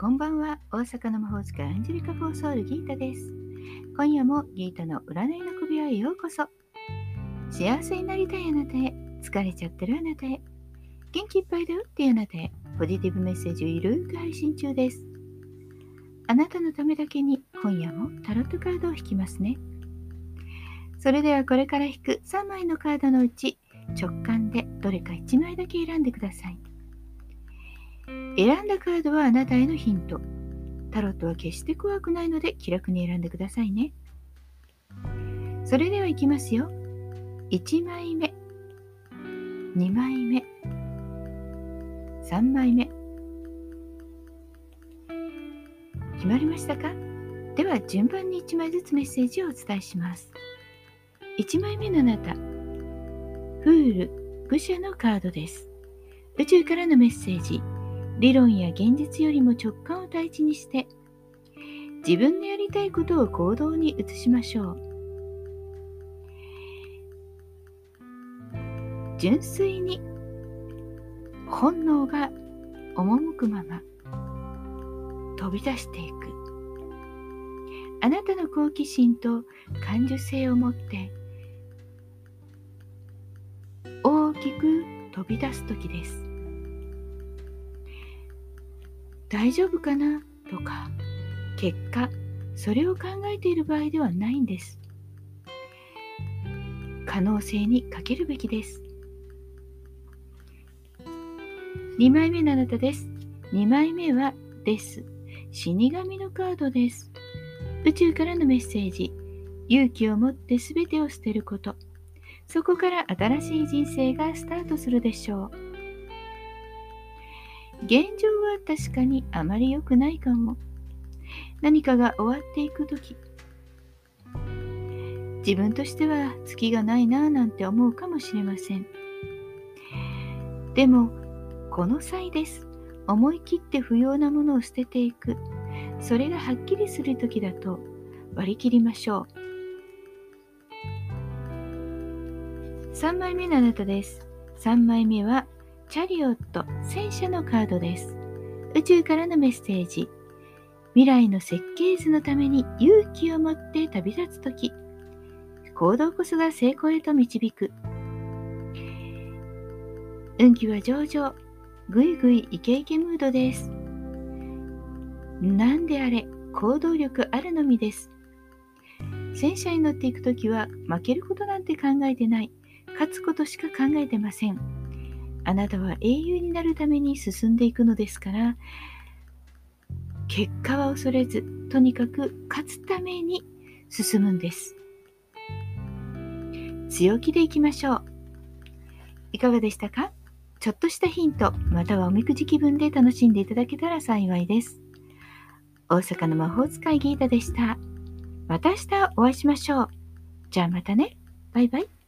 こんばんは。大阪の魔法使いアンジェリカ・フォーソールギータです。今夜もギータの占いの首輪へようこそ。幸せになりたいあなたへ、疲れちゃってるあなたへ、元気いっぱいだよっていうあなたへ、ポジティブメッセージをゆるく配信中です。あなたのためだけに今夜もタロットカードを引きますね。それではこれから引く3枚のカードのうち直感でどれか1枚だけ選んでください。選んだカードはあなたへのヒント。タロットは決して怖くないので気楽に選んでくださいね。それではいきますよ。1枚目、2枚目、3枚目。決まりましたか？では順番に1枚ずつメッセージをお伝えします。1枚目のあなた、フール、愚者のカードです。宇宙からのメッセージ。理論や現実よりも直感を第一にして自分のやりたいことを行動に移しましょう。純粋に本能が赴くまま飛び出していく。あなたの好奇心と感受性を持って大きく飛び出す時です。大丈夫かなとか結果、それを考えている場合ではないんです。可能性にかけるべきです。2枚目のあなたです。2枚目はです。死神のカードです。宇宙からのメッセージ。勇気を持って全てを捨てること。そこから新しい人生がスタートするでしょう。現状は確かにあまり良くないかも。何かが終わっていくとき、自分としては月がないなぁなんて思うかもしれません。でも、この際です。思い切って不要なものを捨てていく。それがはっきりするときだと割り切りましょう。3枚目のあなたです。3枚目はチャリオット、戦車のカードです。宇宙からのメッセージ。未来の設計図のために勇気を持って旅立つとき、行動こそが成功へと導く。運気は上々、ぐいぐいイケイケムードです。なんであれ、行動力あるのみです。戦車に乗っていくときは負けることなんて考えてない。勝つことしか考えてません。あなたは英雄になるために進んでいくのですから、結果は恐れず、とにかく勝つために進むんです。強気でいきましょう。いかがでしたか？ちょっとしたヒント、またはおみくじ気分で楽しんでいただけたら幸いです。大阪の魔法使いギータでした。また明日お会いしましょう。じゃあまたね。バイバイ。